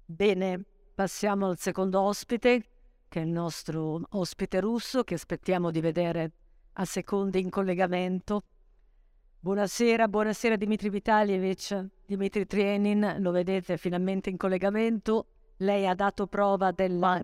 Bene, passiamo al secondo ospite, che è il nostro ospite russo, che aspettiamo di vedere a seconda in collegamento. Buonasera, buonasera Dmitry Vitalievich, Dmitry Trienin, lo vedete finalmente in collegamento. Lei ha dato prova della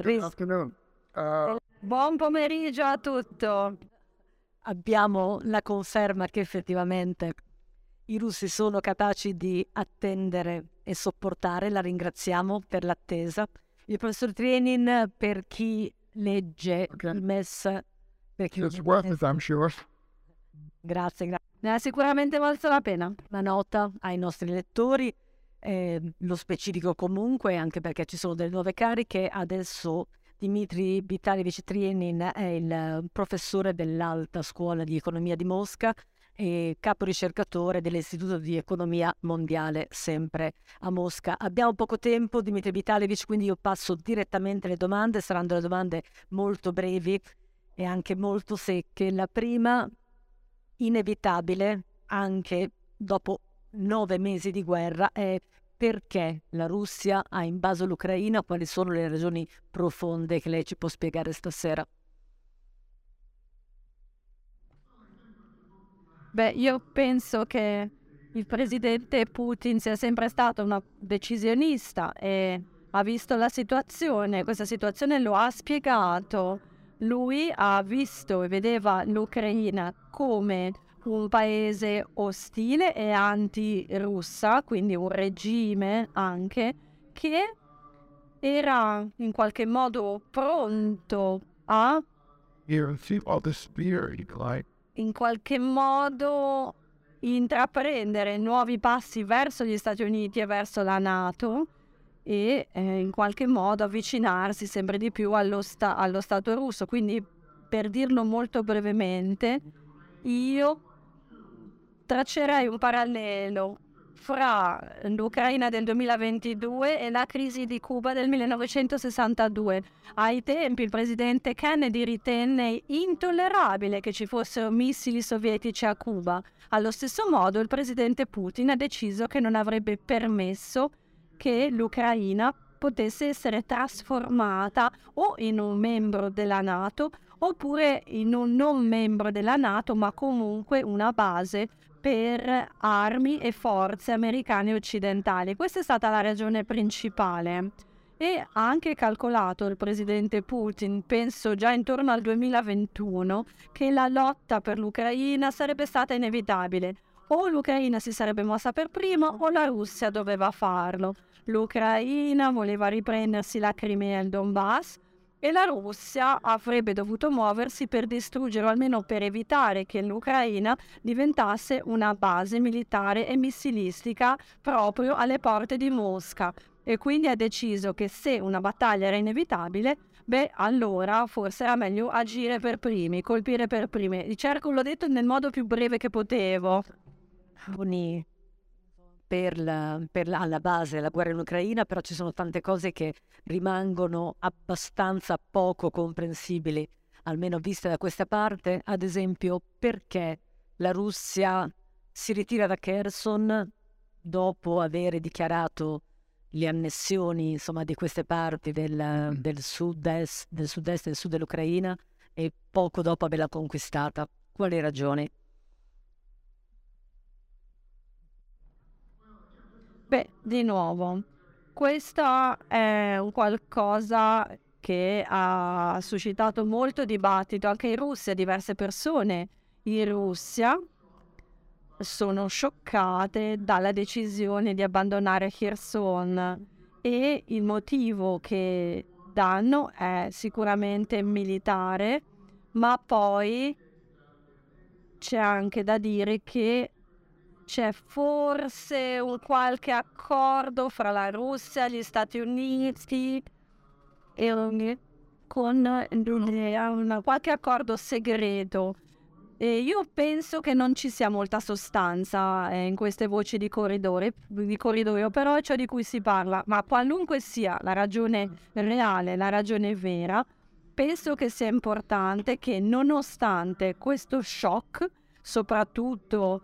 Buon pomeriggio a tutti. Abbiamo la conferma che effettivamente i russi sono capaci di attendere e sopportare. La ringraziamo per l'attesa. Il professor Trienin, per chi legge il MES, per chi It's worth it, I'm sure. grazie. Ne ha sicuramente valso la pena. Una nota ai nostri lettori, lo specifico comunque, anche perché ci sono delle nuove cariche. Adesso Dmitry Vitalievich Trienin è il professore dell'Alta Scuola di Economia di Mosca e capo ricercatore dell'Istituto di Economia Mondiale, sempre a Mosca. Abbiamo poco tempo, Dmitry Vitalievich, quindi io passo direttamente alle domande. Saranno delle domande molto brevi e anche molto secche. La prima, inevitabile, anche dopo 9 mesi di guerra, è: perché la Russia ha invaso l'Ucraina? Quali sono le ragioni profonde che lei ci può spiegare stasera? Beh, io penso che il presidente Putin sia sempre stato un decisionista e ha visto la situazione, questa situazione lo ha spiegato. Lui ha visto e vedeva l'Ucraina come un paese ostile e anti-russa, quindi un regime anche che era in qualche modo pronto a You see all this fear, like, in qualche modo intraprendere nuovi passi verso gli Stati Uniti e verso la NATO e in qualche modo avvicinarsi sempre di più allo Stato russo. Quindi, per dirlo molto brevemente, io traccerei un parallelo fra l'Ucraina del 2022 e la crisi di Cuba del 1962. Ai tempi il presidente Kennedy ritenne intollerabile che ci fossero missili sovietici a Cuba. Allo stesso modo il presidente Putin ha deciso che non avrebbe permesso che l'Ucraina potesse essere trasformata o in un membro della NATO oppure in un non membro della NATO, ma comunque una base per armi e forze americane e occidentali. Questa è stata la ragione principale. E ha anche calcolato il presidente Putin, penso già intorno al 2021, che la lotta per l'Ucraina sarebbe stata inevitabile. O l'Ucraina si sarebbe mossa per prima o la Russia doveva farlo. L'Ucraina voleva riprendersi la Crimea e il Donbass e la Russia avrebbe dovuto muoversi per distruggere o almeno per evitare che l'Ucraina diventasse una base militare e missilistica proprio alle porte di Mosca. E quindi ha deciso che se una battaglia era inevitabile, beh, allora forse era meglio agire per primi, colpire per primi. Cerco, l'ho detto nel modo più breve che potevo. Alla base la guerra in Ucraina, però ci sono tante cose che rimangono abbastanza poco comprensibili, almeno viste da questa parte. Ad esempio, perché la Russia si ritira da Kherson dopo aver dichiarato le annessioni, insomma, di queste parti del sud-est e del sud dell'Ucraina e poco dopo averla conquistata. Quali ragioni? Beh, di nuovo, questo è un qualcosa che ha suscitato molto dibattito anche in Russia. Diverse persone in Russia sono scioccate dalla decisione di abbandonare Kherson e il motivo che danno è sicuramente militare, ma poi c'è anche da dire che c'è forse un qualche accordo fra la Russia, gli Stati Uniti e con qualche accordo segreto. E io penso che non ci sia molta sostanza in queste voci di corridoio, però è ciò di cui si parla. Ma qualunque sia la ragione reale, la ragione vera, penso che sia importante che nonostante questo shock, soprattutto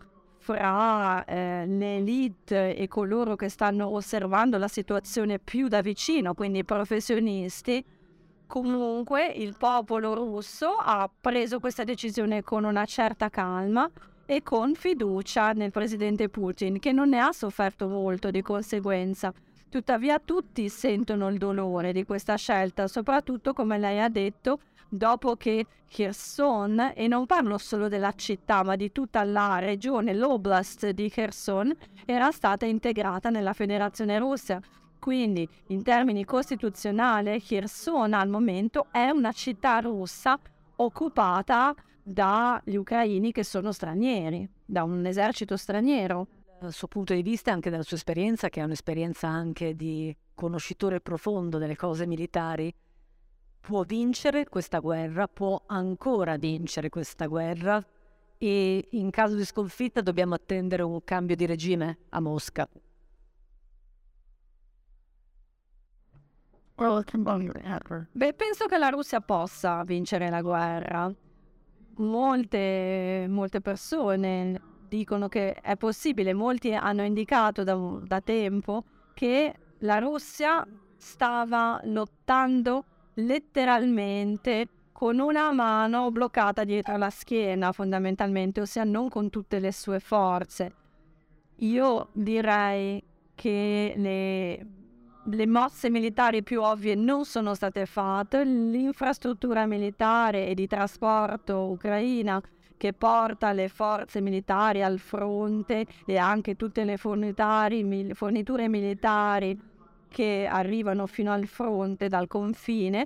fra l'elite e coloro che stanno osservando la situazione più da vicino, quindi i professionisti. Comunque il popolo russo ha preso questa decisione con una certa calma e con fiducia nel presidente Putin, che non ne ha sofferto molto di conseguenza. Tuttavia tutti sentono il dolore di questa scelta, soprattutto, come lei ha detto, dopo che Kherson, e non parlo solo della città ma di tutta la regione, l'oblast di Kherson, era stata integrata nella Federazione Russa. Quindi, in termini costituzionali, Kherson al momento è una città russa occupata dagli ucraini che sono stranieri, da un esercito straniero. Dal suo punto di vista, anche dalla sua esperienza, che è un'esperienza anche di conoscitore profondo delle cose militari, può vincere questa guerra, può ancora vincere questa guerra, e in caso di sconfitta dobbiamo attendere un cambio di regime a Mosca. Beh, penso che la Russia possa vincere la guerra. Molte persone dicono che è possibile, molti hanno indicato da tempo che la Russia stava lottando letteralmente con una mano bloccata dietro la schiena, fondamentalmente, ossia non con tutte le sue forze. Io direi che le mosse militari più ovvie non sono state fatte. L'infrastruttura militare e di trasporto ucraina che porta le forze militari al fronte e anche tutte le forniture militari che arrivano fino al fronte dal confine,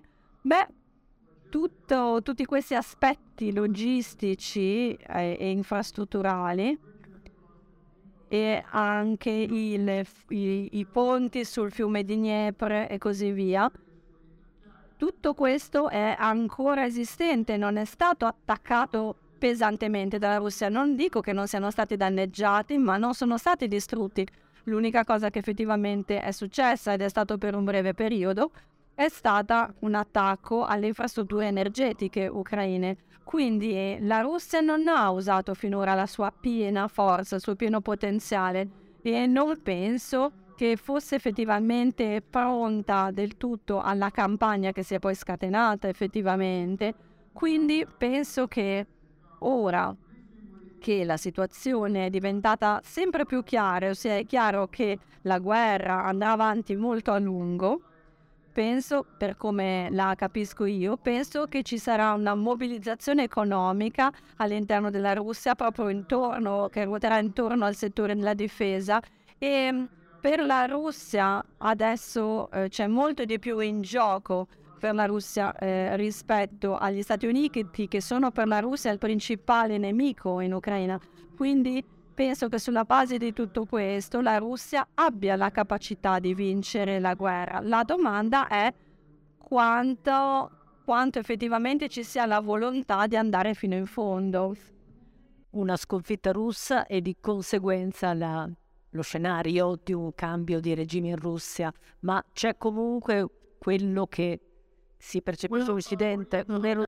tutti questi aspetti logistici e infrastrutturali, e anche i ponti sul fiume di Dniepr e così via. Tutto questo è ancora esistente, non è stato attaccato pesantemente dalla Russia. Non dico che non siano stati danneggiati, ma non sono stati distrutti. L'unica cosa che effettivamente è successa, ed è stato per un breve periodo, è stata un attacco alle infrastrutture energetiche ucraine. Quindi la Russia non ha usato finora la sua piena forza, il suo pieno potenziale, e non penso che fosse effettivamente pronta del tutto alla campagna che si è poi scatenata effettivamente. Quindi penso che ora che la situazione è diventata sempre più chiara, ossia è chiaro che la guerra andrà avanti molto a lungo, penso, per come la capisco io, penso che ci sarà una mobilizzazione economica all'interno della Russia che ruoterà intorno al settore della difesa, e per la Russia adesso c'è molto di più in gioco per la Russia rispetto agli Stati Uniti, che sono per la Russia il principale nemico in Ucraina. Quindi penso che sulla base di tutto questo la Russia abbia la capacità di vincere la guerra. La domanda è quanto effettivamente ci sia la volontà di andare fino in fondo. Una sconfitta russa e di conseguenza lo scenario di un cambio di regime in Russia, ma c'è comunque quello che si percepisce Occidente, ovvero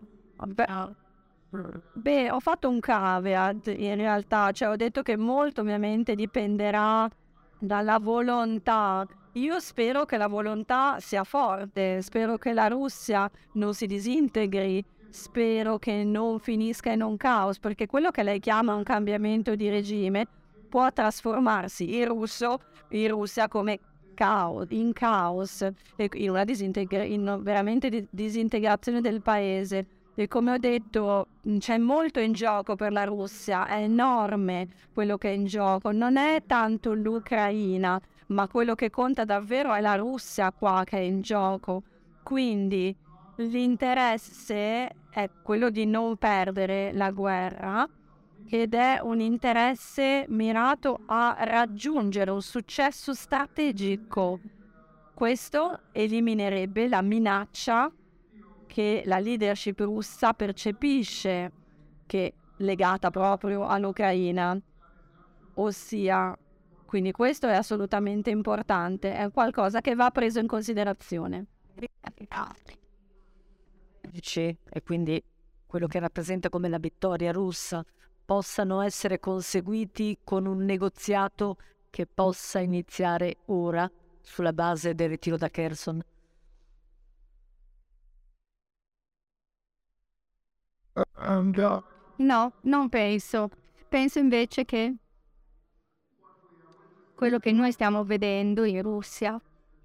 ho fatto un caveat in realtà, cioè ho detto che molto ovviamente dipenderà dalla volontà. Io spero che la volontà sia forte, spero che la Russia non si disintegri, spero che non finisca in un caos, perché quello che lei chiama un cambiamento di regime può trasformarsi in Russia come in caos, e in una veramente disintegrazione del paese. E come ho detto, c'è molto in gioco per la Russia, è enorme quello che è in gioco, non è tanto l'Ucraina, ma quello che conta davvero è la Russia qua che è in gioco. Quindi l'interesse è quello di non perdere la guerra, ed è un interesse mirato a raggiungere un successo strategico. Questo eliminerebbe la minaccia che la leadership russa percepisce, che legata proprio all'Ucraina. Ossia, quindi questo è assolutamente importante, è qualcosa che va preso in considerazione. E quindi quello che rappresenta come la vittoria russa possano essere conseguiti con un negoziato che possa iniziare ora sulla base del ritiro da Kherson? No, non penso. Penso invece che quello che noi stiamo vedendo in Russia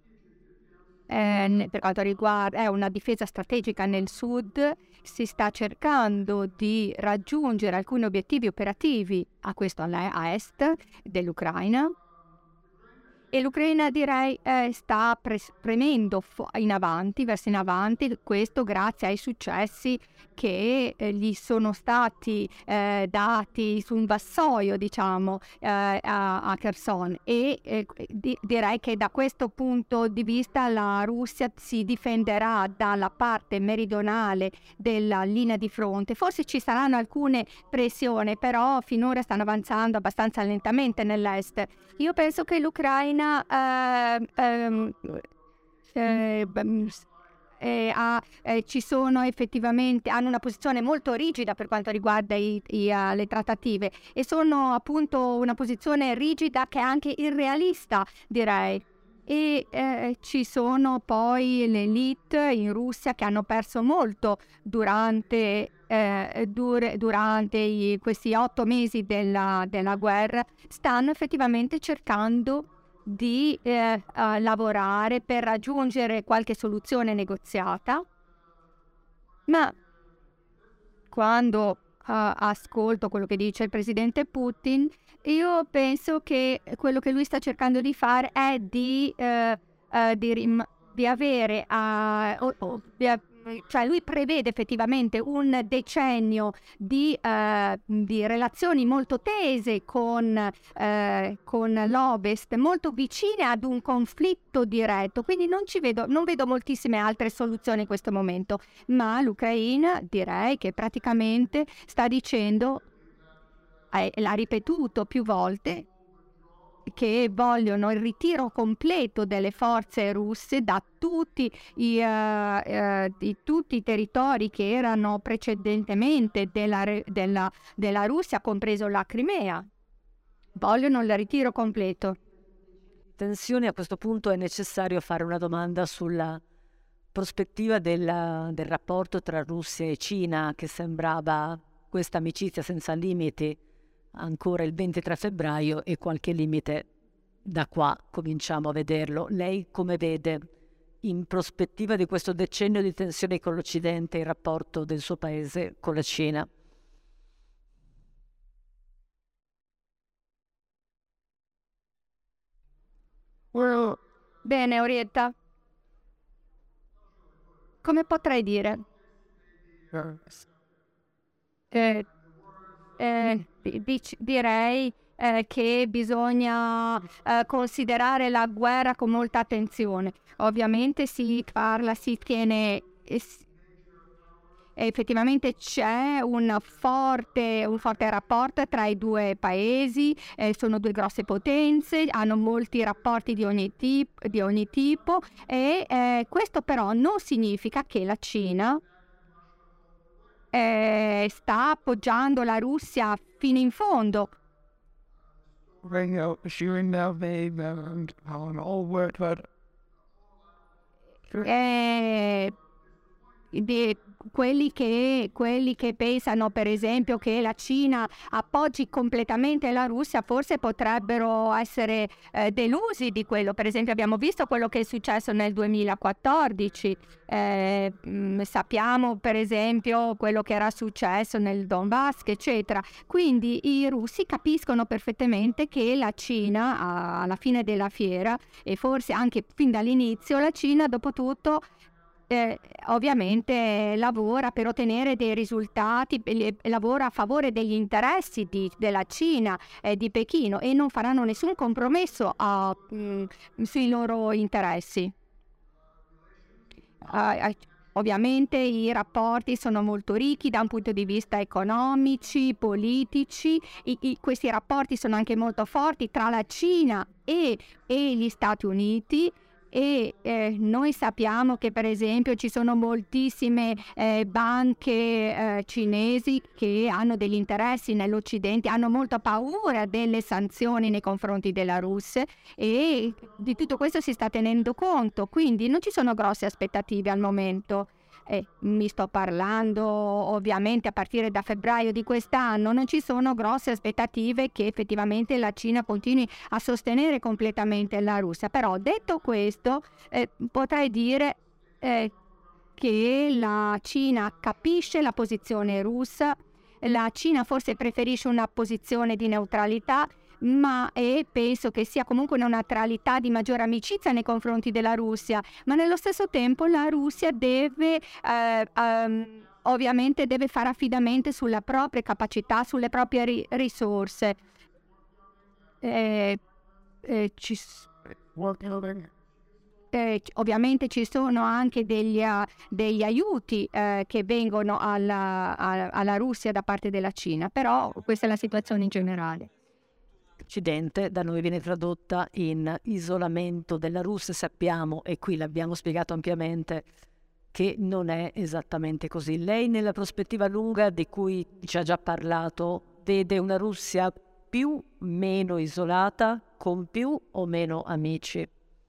per quanto riguarda è una difesa strategica nel sud, si sta cercando di raggiungere alcuni obiettivi operativi a questo a est dell'Ucraina. E l'Ucraina direi sta premendo verso in avanti, questo grazie ai successi che gli sono stati dati su un vassoio, diciamo, a Kherson. E direi che da questo punto di vista la Russia si difenderà dalla parte meridionale della linea di fronte. Forse ci saranno alcune pressioni, però finora stanno avanzando abbastanza lentamente nell'est. Io penso che l'Ucraina ci sono effettivamente, hanno una posizione molto rigida per quanto riguarda le trattative, e sono appunto una posizione rigida che è anche irrealista, direi. E ci sono poi le elite in Russia che hanno perso molto durante questi 8 mesi della guerra, stanno effettivamente cercando di lavorare per raggiungere qualche soluzione negoziata, ma quando ascolto quello che dice il presidente Putin, io penso che quello che lui sta cercando di fare è di avere, cioè lui prevede effettivamente un decennio di relazioni molto tese con l'Ovest, molto vicine ad un conflitto diretto, quindi non vedo moltissime altre soluzioni in questo momento, ma l'Ucraina direi che praticamente sta dicendo, l'ha ripetuto più volte, che vogliono il ritiro completo delle forze russe da tutti i territori che erano precedentemente della Russia, compreso la Crimea. Vogliono il ritiro completo. Tensioni, a questo punto è necessario fare una domanda sulla prospettiva del rapporto tra Russia e Cina, che sembrava questa amicizia senza limiti ancora il 23 febbraio e qualche limite da qua cominciamo a vederlo. Lei come vede in prospettiva di questo decennio di tensioni con l'Occidente il rapporto del suo paese con la Cina? Bene, Orietta. Come potrei dire? Direi che bisogna considerare la guerra con molta attenzione. Ovviamente si tiene, effettivamente c'è un forte rapporto tra i due paesi, sono due grosse potenze, hanno molti rapporti di ogni tipo, e questo però non significa che la Cina sta appoggiando la Russia fino in fondo. Quelli che pensano per esempio che la Cina appoggi completamente la Russia forse potrebbero essere delusi di quello. Per esempio abbiamo visto quello che è successo nel 2014, sappiamo per esempio quello che era successo nel Donbass, eccetera. Quindi i russi capiscono perfettamente che la Cina alla fine della fiera, e forse anche fin dall'inizio, la Cina dopo tutto ovviamente lavora per ottenere dei risultati, lavora a favore degli interessi della Cina e di Pechino, e non faranno nessun compromesso sui loro interessi. Ovviamente i rapporti sono molto ricchi da un punto di vista economici, politici, questi rapporti sono anche molto forti tra la Cina e gli Stati Uniti. E noi sappiamo che per esempio ci sono moltissime banche cinesi che hanno degli interessi nell'Occidente, hanno molta paura delle sanzioni nei confronti della Russia e di tutto questo si sta tenendo conto, quindi non ci sono grosse aspettative al momento. Mi sto parlando ovviamente a partire da febbraio di quest'anno, non ci sono grosse aspettative che effettivamente la Cina continui a sostenere completamente la Russia. Però detto questo, potrei dire che la Cina capisce la posizione russa, la Cina forse preferisce una posizione di neutralità, ma penso che sia comunque una neutralità di maggiore amicizia nei confronti della Russia, ma nello stesso tempo la Russia deve ovviamente deve fare affidamento sulle proprie capacità, sulle proprie risorse. Ovviamente ci sono anche degli aiuti che vengono alla Russia da parte della Cina, però questa è la situazione in generale. Occidente da noi viene tradotta in isolamento della Russia, sappiamo, e qui l'abbiamo spiegato ampiamente, che non è esattamente così. Lei nella prospettiva lunga di cui ci ha già parlato, vede una Russia più meno isolata, con più o meno amici?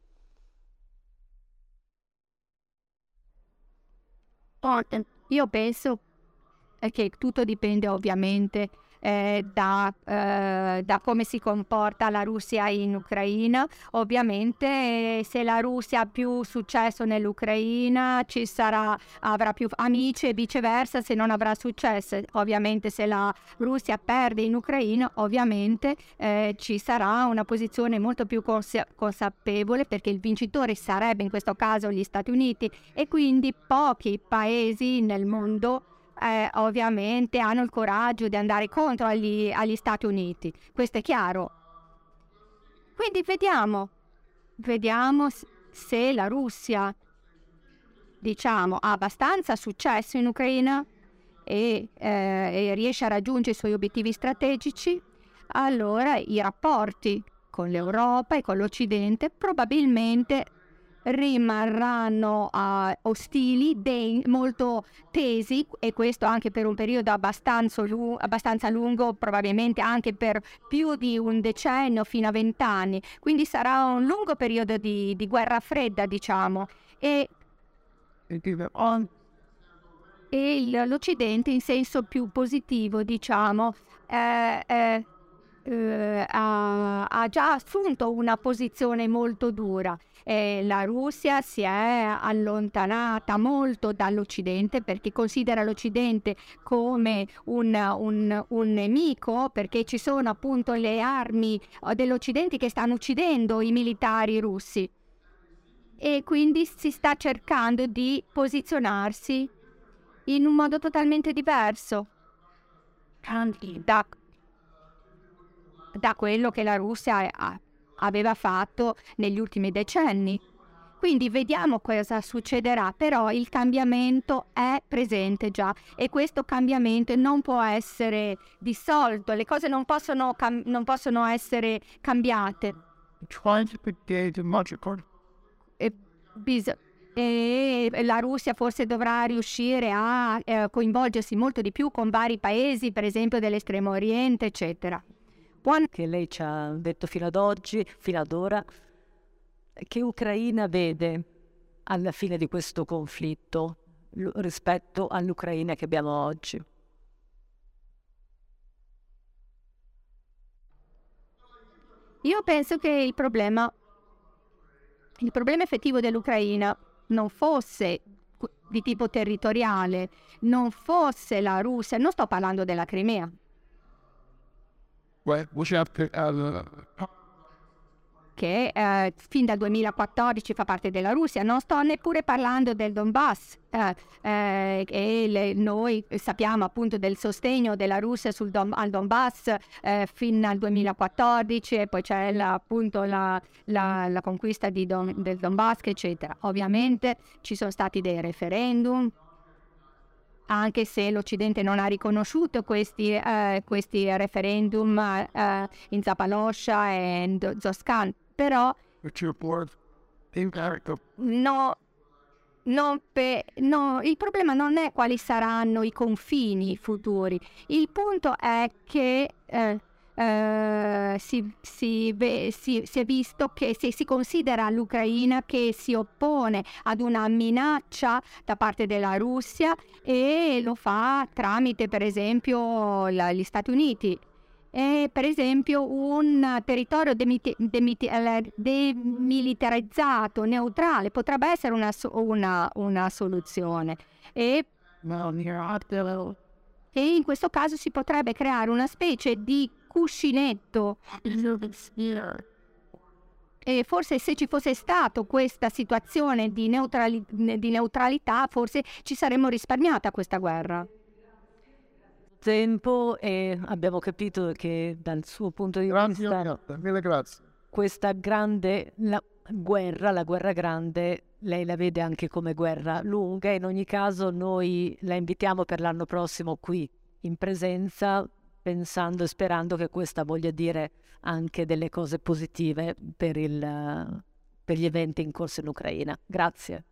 Io penso che tutto dipende ovviamente da come si comporta la Russia in Ucraina. Ovviamente se la Russia ha più successo nell'Ucraina avrà più amici e viceversa se non avrà successo. Ovviamente se la Russia perde in Ucraina, ovviamente ci sarà una posizione molto più consapevole, perché il vincitore sarebbe in questo caso gli Stati Uniti, e quindi pochi paesi nel mondo ovviamente hanno il coraggio di andare contro agli Stati Uniti. Questo è chiaro. Quindi vediamo se la Russia, diciamo, ha abbastanza successo in Ucraina e riesce a raggiungere i suoi obiettivi strategici. Allora i rapporti con l'Europa e con l'Occidente probabilmente rimarranno ostili, molto tesi, e questo anche per un periodo abbastanza lungo, probabilmente anche per più di un decennio, fino a 20 anni. Quindi sarà un lungo periodo di guerra fredda, diciamo, e l'Occidente in senso più positivo, diciamo, ha già assunto una posizione molto dura. La Russia si è allontanata molto dall'Occidente, perché considera l'Occidente come un nemico, perché ci sono appunto le armi dell'Occidente che stanno uccidendo i militari russi, e quindi si sta cercando di posizionarsi in un modo totalmente diverso da quello che la Russia aveva fatto negli ultimi decenni. Quindi vediamo cosa succederà, però il cambiamento è presente già, e questo cambiamento non può essere dissolto, le cose non possono essere cambiate. E la Russia forse dovrà riuscire a coinvolgersi molto di più con vari paesi, per esempio dell'Estremo Oriente, eccetera. Che lei ci ha detto fino ad ora, che Ucraina vede alla fine di questo conflitto rispetto all'Ucraina che abbiamo oggi? Io penso che il problema effettivo dell'Ucraina non fosse di tipo territoriale, non fosse la Russia, non sto parlando della Crimea, che fin dal 2014 fa parte della Russia. Non sto neppure parlando del Donbass, noi sappiamo appunto del sostegno della Russia al Donbass fino al 2014, e poi c'è appunto la conquista del Donbass, eccetera. Ovviamente ci sono stati dei referendum, anche se l'Occidente non ha riconosciuto questi referendum in Zaporozhye e in Zhezkaz, però No, il problema non è quali saranno i confini futuri. Il punto è che si è visto che se si considera l'Ucraina che si oppone ad una minaccia da parte della Russia e lo fa tramite, per esempio, gli Stati Uniti. E per esempio un territorio demilitarizzato, neutrale, potrebbe essere una soluzione. E in questo caso si potrebbe creare una specie di cuscinetto. E forse se ci fosse stato questa situazione di neutralità, forse ci saremmo risparmiata questa guerra. Tempo, e abbiamo capito che dal suo punto di vista Mille grazie. questa grande la guerra grande, lei la vede anche come guerra lunga. In ogni caso noi la invitiamo per l'anno prossimo qui in presenza, pensando e sperando che questa voglia dire anche delle cose positive per gli eventi in corso in Ucraina. Grazie.